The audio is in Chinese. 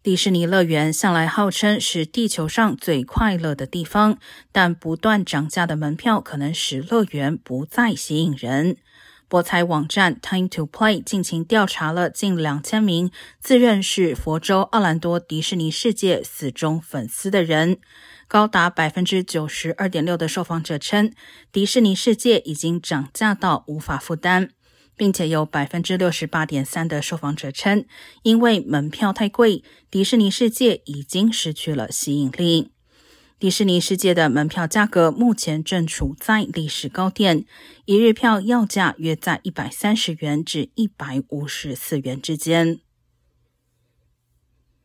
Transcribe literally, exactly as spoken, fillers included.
迪士尼乐园向来号称是地球上最快乐的地方，但不断涨价的门票可能使乐园不再吸引人。博彩网站 Time to Play 近期调查了近两千名自认是佛州奥兰多迪士尼世界死忠粉丝的人，高达 百分之九十二点六 的受访者称，迪士尼世界已经涨价到无法负担。并且有 百分之六十八点三 的受访者称，因为门票太贵，迪士尼世界已经失去了吸引力。迪士尼世界的门票价格目前正处在历史高点，一日票要价约在一百三十元至一百五十四元之间。